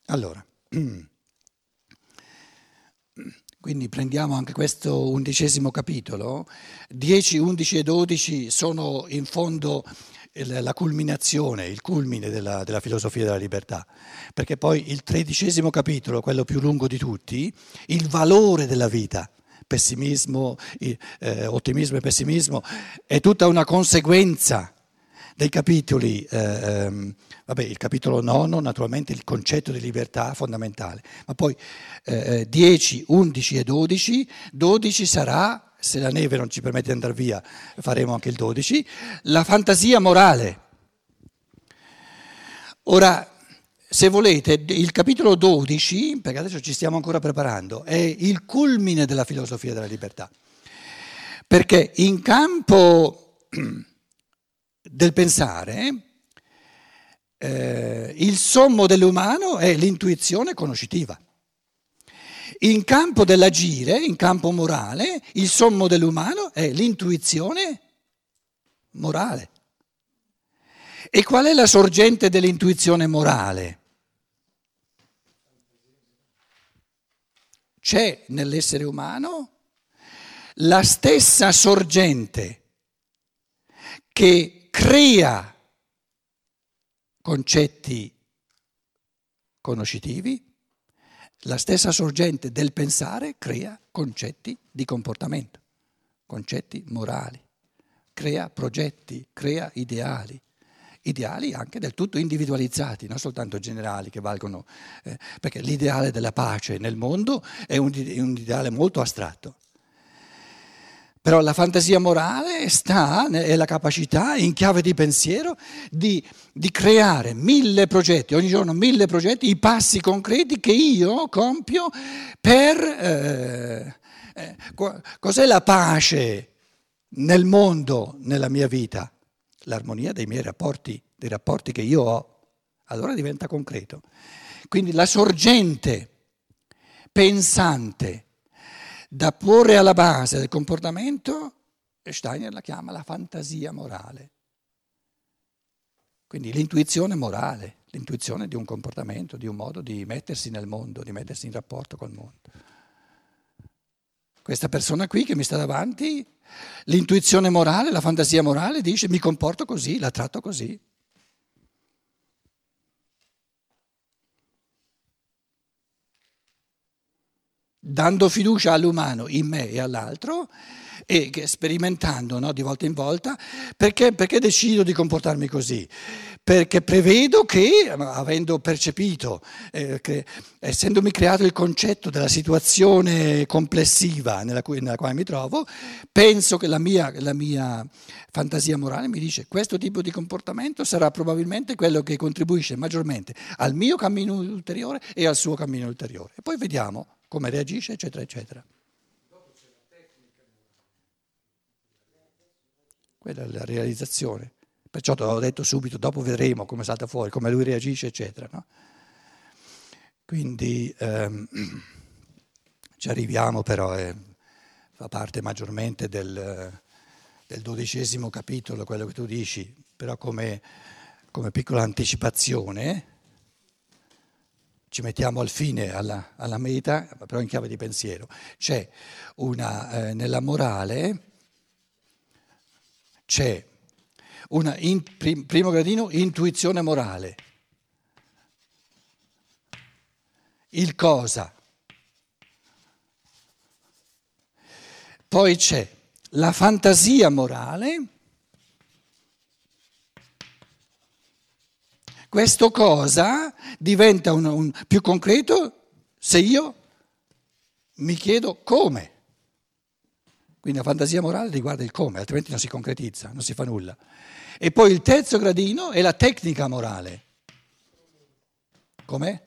Allora, quindi prendiamo anche questo 11° capitolo. 10, 11 e 12 sono in fondo la culminazione, il culmine della filosofia della libertà, perché poi il 13° capitolo, quello più lungo di tutti, il valore della vita, pessimismo, ottimismo e pessimismo, è tutta una conseguenza dei capitoli, il capitolo 9 naturalmente il concetto di libertà fondamentale, ma poi 10, 11 e 12 sarà, se la neve non ci permette di andare via, faremo anche il 12, la fantasia morale. Ora, se volete, il capitolo 12, perché adesso ci stiamo ancora preparando, è il culmine della filosofia della libertà, perché in campo del pensare, il sommo dell'umano è l'intuizione conoscitiva. In campo dell'agire, in campo morale, il sommo dell'umano è l'intuizione morale. E qual è la sorgente dell'intuizione morale? C'è nell'essere umano la stessa sorgente che crea concetti conoscitivi, la stessa sorgente del pensare crea concetti di comportamento, concetti morali, crea progetti, crea ideali anche del tutto individualizzati, non soltanto generali che valgono, perché l'ideale della pace nel mondo è un ideale molto astratto. Però la fantasia morale è la capacità, in chiave di pensiero, di creare 1000 progetti, ogni giorno 1000 progetti, i passi concreti che io compio per... cos'è la pace nel mondo, nella mia vita? L'armonia dei miei rapporti, dei rapporti che io ho. Allora diventa concreto. Quindi la sorgente pensante da porre alla base del comportamento, Steiner la chiama la fantasia morale. Quindi l'intuizione morale, l'intuizione di un comportamento, di un modo di mettersi nel mondo, di mettersi in rapporto col mondo. Questa persona qui che mi sta davanti, l'intuizione morale, la fantasia morale dice mi comporto così, la tratto così. Dando fiducia all'umano, in me e all'altro, e sperimentando, no, di volta in volta, perché decido di comportarmi così? Perché prevedo che, avendo percepito, che, essendomi creato il concetto della situazione complessiva nella quale mi trovo, penso che la mia fantasia morale mi dice questo tipo di comportamento sarà probabilmente quello che contribuisce maggiormente al mio cammino ulteriore e al suo cammino ulteriore. E poi vediamo come reagisce, eccetera, eccetera. Quella è la realizzazione. Perciò te l'ho detto subito, dopo vedremo come salta fuori, come lui reagisce, eccetera. No? Quindi ci arriviamo però, fa parte maggiormente del 12° capitolo, quello che tu dici, però come piccola anticipazione. Ci mettiamo al fine, alla meta, però in chiave di pensiero. C'è nella morale, c'è una primo gradino intuizione morale. Il cosa. Poi c'è la fantasia morale. Questo cosa diventa un più concreto se io mi chiedo come. Quindi la fantasia morale riguarda il come, altrimenti non si concretizza, non si fa nulla. E poi il terzo gradino è la tecnica morale. Com'è?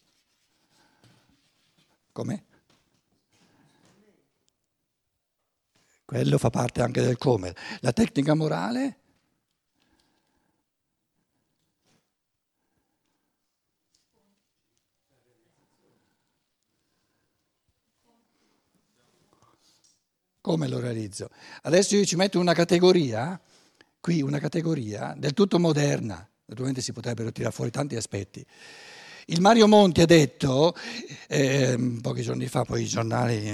Com'è? Quello fa parte anche del come. La tecnica morale... Come lo realizzo? Adesso io ci metto una categoria, qui una categoria del tutto moderna, naturalmente si potrebbero tirare fuori tanti aspetti. Il Mario Monti ha detto, pochi giorni fa, poi i giornali,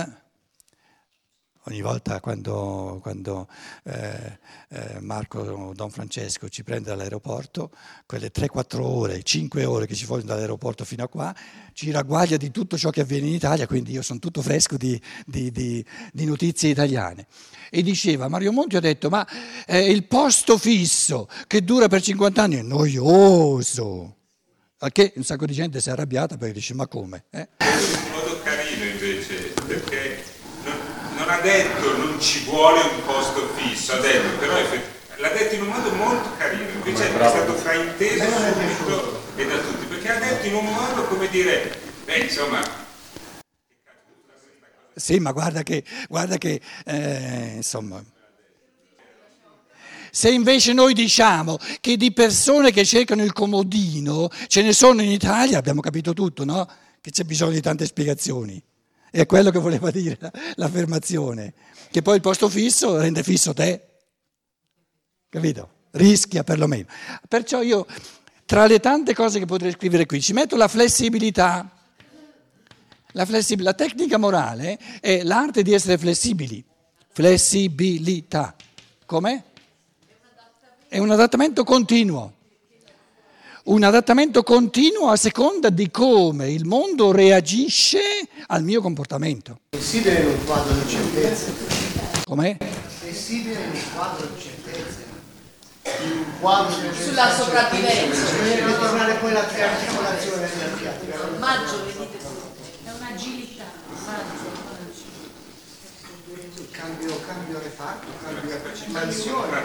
ogni volta quando Marco Don Francesco ci prende dall'aeroporto, quelle 3-4 ore, 5 ore che ci vogliono dall'aeroporto fino a qua, ci ragguaglia di tutto ciò che avviene in Italia, quindi io sono tutto fresco di notizie italiane. E diceva, Mario Monti ha detto, ma il posto fisso che dura per 50 anni è noioso. A che un sacco di gente si è arrabbiata perché dice, ma come? In modo carino invece, perché non ha detto non ci vuole un posto fisso, ha detto, però l'ha detto in un modo molto carino, invece è stato frainteso subito e da tutti, perché ha detto in un modo come dire, insomma... Sì, ma guarda che insomma... Se invece noi diciamo che di persone che cercano il comodino ce ne sono in Italia, abbiamo capito tutto, no? Che c'è bisogno di tante spiegazioni. È quello che voleva dire l'affermazione, che poi il posto fisso rende fisso te, capito? Rischia perlomeno. Perciò io, tra le tante cose che potrei scrivere qui, ci metto la flessibilità. La tecnica morale è l'arte di essere flessibili. Flessibilità. Com'è? È un adattamento continuo. Un adattamento continuo a seconda di come il mondo reagisce al mio comportamento. Flessibile in un quadro di certezze. Com'è? Flessibile in un quadro di certezze. In un quadro di Sulla sopravvivenza. Bisogna tornare poi alla triarticolazione della fiatica. Maggio, vedete tu. È un'agilità. Cambio refatto, cambio mansione.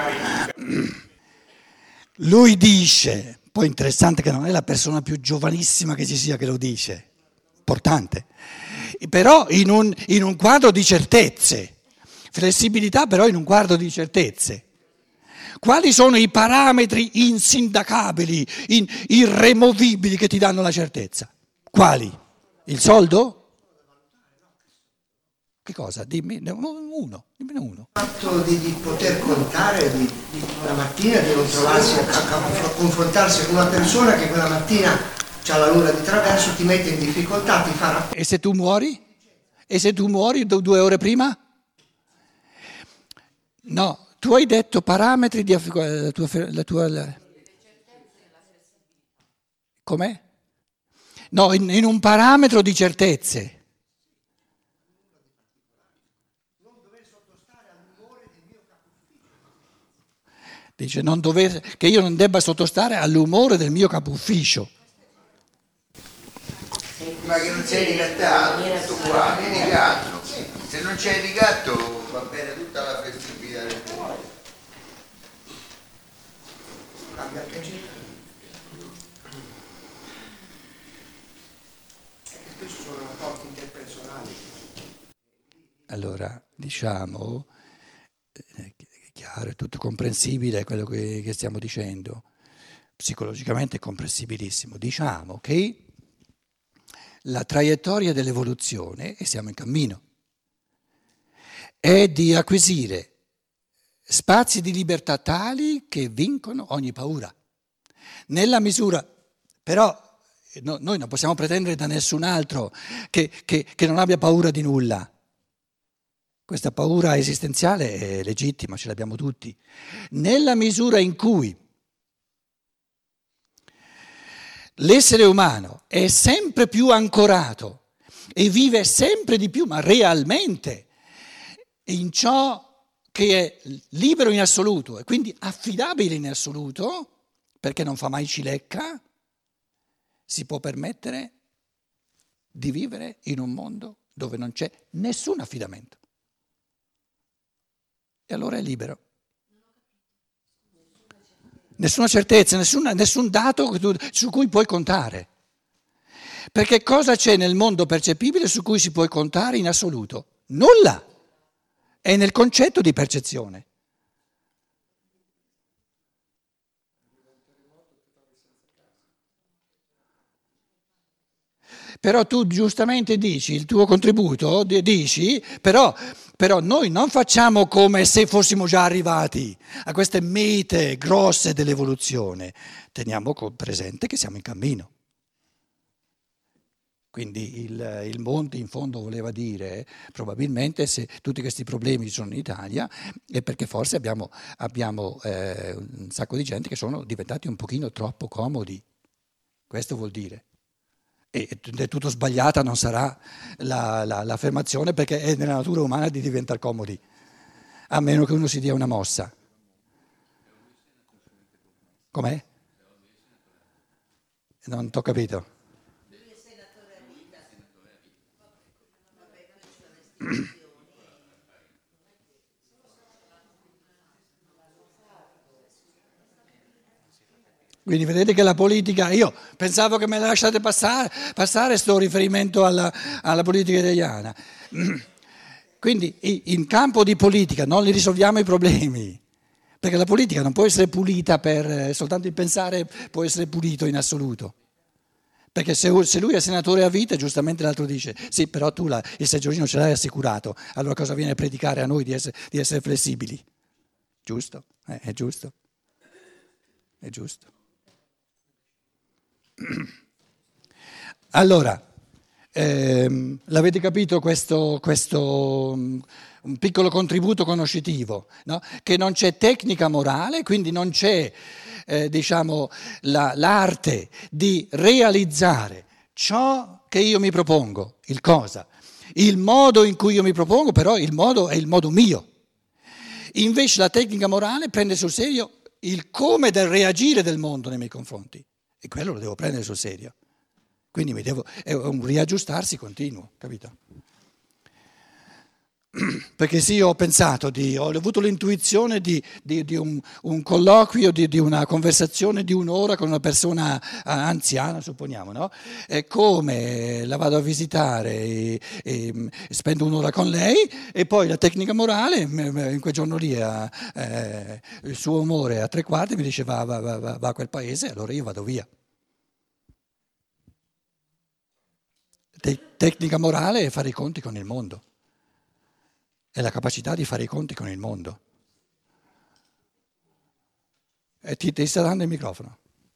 Lui dice, poi interessante che non è la persona più giovanissima che ci sia che lo dice, importante, però in un quadro di certezze, flessibilità però in un quadro di certezze. Quali sono i parametri insindacabili, irremovibili che ti danno la certezza? Quali? Il soldo? Che cosa? Dimmene uno. Il fatto di poter contare la mattina, di non trovarsi a confrontarsi con una persona che quella mattina ha la luna di traverso, ti mette in difficoltà, ti fa... E se tu muori? E se tu muori 2 ore prima? No, tu hai detto parametri di la tua com'è? No, in un parametro di certezze. Dice che io non debba sottostare all'umore del mio capo ufficio. Ma che non sei ricattato, tutto qua, vieni gatto. Se non c'è ricatto va bene tutta la flessibilità del mondo. Cambia atteggiamento. Spesso sono rapporti interpersonali. Allora, diciamo, è chiaro, è tutto comprensibile quello che stiamo dicendo, psicologicamente è comprensibilissimo. Diciamo che la traiettoria dell'evoluzione, e siamo in cammino, è di acquisire spazi di libertà tali che vincono ogni paura. Nella misura, però, noi non possiamo pretendere da nessun altro che non abbia paura di nulla. Questa paura esistenziale è legittima, ce l'abbiamo tutti. Nella misura in cui l'essere umano è sempre più ancorato e vive sempre di più, ma realmente, in ciò che è libero in assoluto e quindi affidabile in assoluto, perché non fa mai cilecca, si può permettere di vivere in un mondo dove non c'è nessun affidamento. E allora è libero. Nessuna certezza, nessun dato su cui puoi contare. Perché cosa c'è nel mondo percepibile su cui si può contare in assoluto? Nulla. È nel concetto di percezione. Però tu giustamente dici, il tuo contributo, dici, però noi non facciamo come se fossimo già arrivati a queste mete grosse dell'evoluzione, teniamo presente che siamo in cammino. Quindi il Monti in fondo voleva dire, probabilmente se tutti questi problemi sono in Italia è perché forse abbiamo un sacco di gente che sono diventati un pochino troppo comodi. Questo vuol dire. E è tutto sbagliata non sarà l'affermazione, perché è nella natura umana di diventare comodi, a meno che uno si dia una mossa. Com'è? Non t'ho capito. Quindi vedete che la politica, io pensavo che me la lasciate passare sto riferimento alla politica italiana. Quindi in campo di politica non li risolviamo i problemi, perché la politica non può essere pulita soltanto il pensare può essere pulito in assoluto. Perché se lui è senatore a vita, giustamente l'altro dice, sì, però tu il seggiolino ce l'hai assicurato, allora cosa viene a predicare a noi di essere flessibili? Giusto? È giusto. È giusto. Allora, l'avete capito questo un piccolo contributo conoscitivo, no? Che non c'è tecnica morale, quindi non c'è l'arte di realizzare ciò che io mi propongo, il cosa, il modo in cui io mi propongo, però il modo è il modo mio. Invece la tecnica morale prende sul serio il come del reagire del mondo nei miei confronti, e quello lo devo prendere sul serio. Quindi è un riaggiustarsi continuo, capito? Perché sì, ho avuto l'intuizione di un colloquio, di una conversazione di un'ora con una persona anziana, supponiamo, no? E come la vado a visitare e spendo un'ora con lei, e poi la tecnica morale, in quel giorno lì il suo umore a 3/4 mi dice va a quel paese, allora io vado via. Tecnica morale è fare i conti con il mondo. È la capacità di fare i conti con il mondo. E ti sta dando il microfono.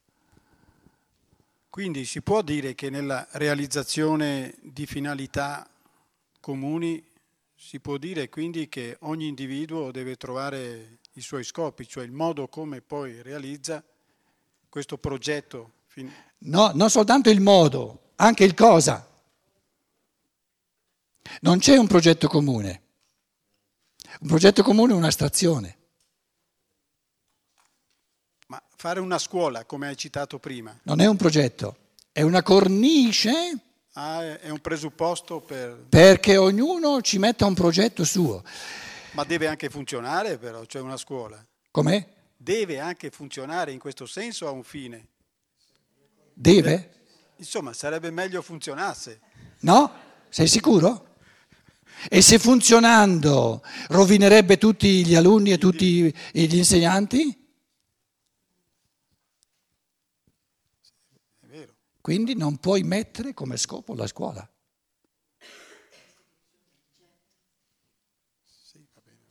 Quindi si può dire che nella realizzazione di finalità comuni si può dire quindi che ogni individuo deve trovare i suoi scopi, cioè il modo come poi realizza questo progetto. No, non soltanto il modo, anche il cosa. Non c'è un progetto comune. Un progetto comune è un'astrazione. Ma fare una scuola, come hai citato prima? Non è un progetto, è una cornice. È un presupposto perché ognuno ci metta un progetto suo. Ma deve anche funzionare però, cioè una scuola. Com'è? Deve anche funzionare in questo senso, ha un fine. Deve? Insomma, sarebbe meglio funzionasse. No? Sei sicuro? E se funzionando rovinerebbe tutti gli alunni e tutti gli insegnanti? È vero. Quindi non puoi mettere come scopo la scuola. Sì, va bene.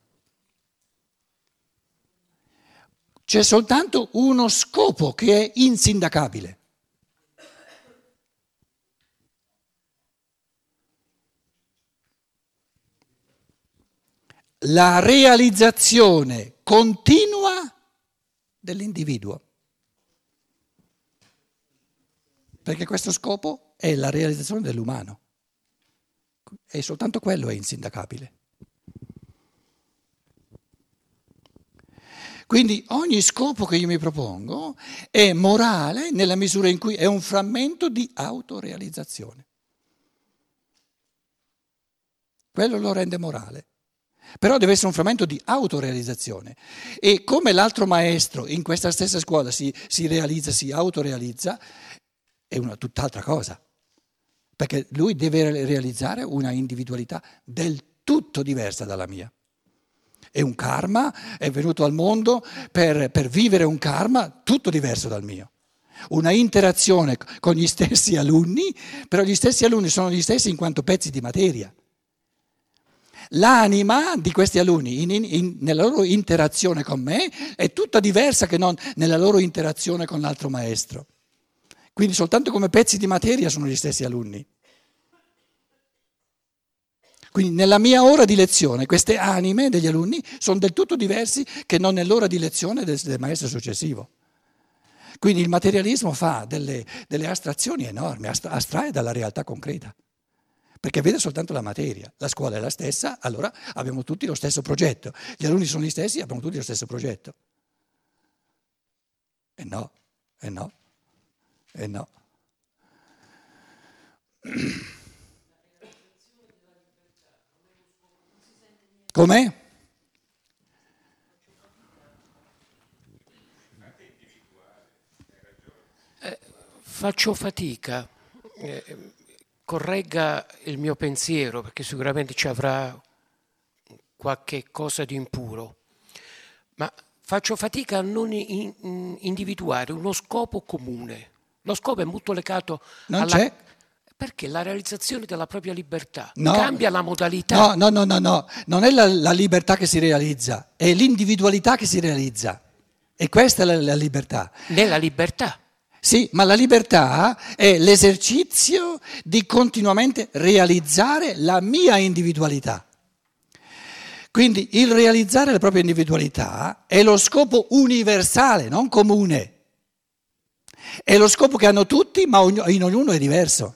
C'è soltanto uno scopo che è insindacabile. La realizzazione continua dell'individuo. Perché questo scopo è la realizzazione dell'umano. E soltanto quello è insindacabile. Quindi ogni scopo che io mi propongo è morale nella misura in cui è un frammento di autorealizzazione. Quello lo rende morale. Però deve essere un frammento di autorealizzazione. E come l'altro maestro in questa stessa scuola si realizza, si autorealizza, è una tutt'altra cosa. Perché lui deve realizzare una individualità del tutto diversa dalla mia. È un karma, è venuto al mondo per vivere un karma tutto diverso dal mio. Una interazione con gli stessi alunni, però gli stessi alunni sono gli stessi in quanto pezzi di materia. L'anima di questi alunni nella loro interazione con me è tutta diversa che non nella loro interazione con l'altro maestro. Quindi soltanto come pezzi di materia sono gli stessi alunni. Quindi nella mia ora di lezione queste anime degli alunni sono del tutto diversi che non nell'ora di lezione del maestro successivo. Quindi il materialismo fa delle astrazioni enormi, astrae dalla realtà concreta, perché vede soltanto la materia. La scuola è la stessa, allora abbiamo tutti lo stesso progetto. Gli alunni sono gli stessi, abbiamo tutti lo stesso progetto. E no, e no, e no. Com'è? Faccio fatica, corregga il mio pensiero perché sicuramente ci avrà qualche cosa di impuro, ma faccio fatica a non individuare uno scopo comune. Lo scopo è molto legato Non c'è? Perché la realizzazione della propria libertà No. cambia la modalità. No, non è la libertà che si realizza, è l'individualità che si realizza. E questa è la libertà. Nella libertà. Sì, ma la libertà è l'esercizio di continuamente realizzare la mia individualità. Quindi il realizzare la propria individualità è lo scopo universale, non comune. È lo scopo che hanno tutti, ma in ognuno è diverso.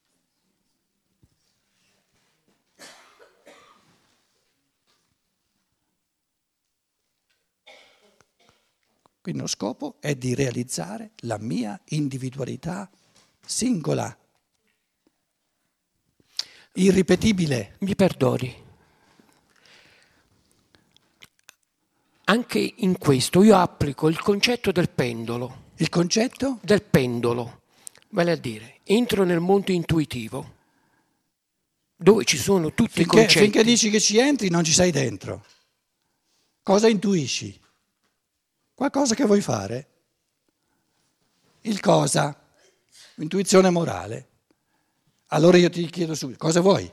Quindi lo scopo è di realizzare la mia individualità singola, irripetibile. Mi perdoni. Anche in questo io applico il concetto del pendolo. Il concetto? Del pendolo. Vale a dire, entro nel mondo intuitivo, dove ci sono tutti i concetti. Finché dici che ci entri non ci sei dentro. Cosa intuisci? Qualcosa che vuoi fare? Il cosa? Intuizione morale. Allora io ti chiedo subito, cosa vuoi?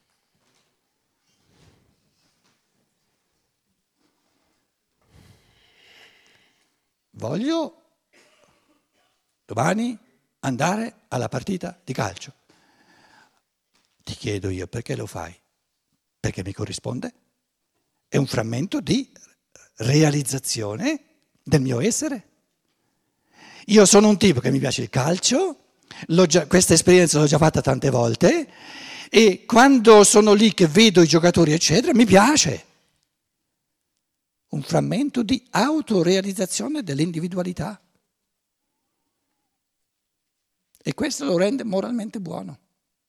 Voglio domani andare alla partita di calcio. Ti chiedo io perché lo fai? Perché mi corrisponde? È un frammento di realizzazione del mio essere. Io sono un tipo che mi piace il calcio, questa esperienza l'ho già fatta tante volte e quando sono lì che vedo i giocatori eccetera mi piace. Un frammento di autorealizzazione dell'individualità. E questo lo rende moralmente buono.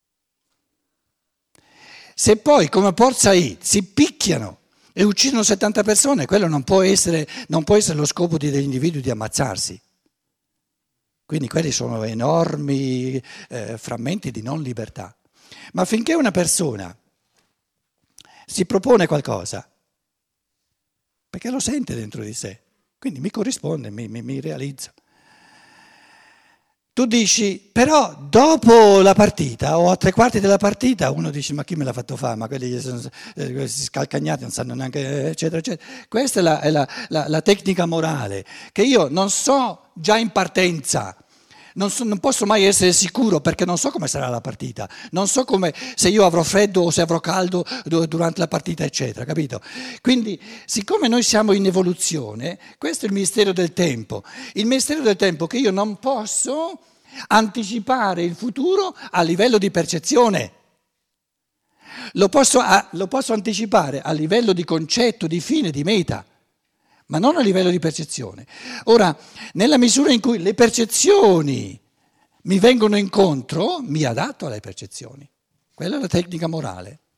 Se poi come Porza I si picchiano e uccidono 70 persone, quello non può essere lo scopo degli individui di ammazzarsi. Quindi quelli sono enormi frammenti di non libertà. Ma finché una persona si propone qualcosa, perché lo sente dentro di sé, quindi mi corrisponde, mi realizzo. Tu dici, però dopo la partita o a 3/4 della partita, uno dice ma chi me l'ha fatto fare, ma quelli sono questi scalcagnati non sanno neanche eccetera eccetera. Questa è la tecnica morale, che io non so già in partenza, non posso mai essere sicuro perché non so come sarà la partita, non so se io avrò freddo o se avrò caldo durante la partita eccetera, capito? Quindi siccome noi siamo in evoluzione, questo è il mistero del tempo, che io non posso anticipare il futuro a livello di percezione, lo posso anticipare a livello di concetto, di fine, di meta, ma non a livello di percezione. Ora, nella misura in cui le percezioni mi vengono incontro, mi adatto alle percezioni. Quella è la tecnica morale.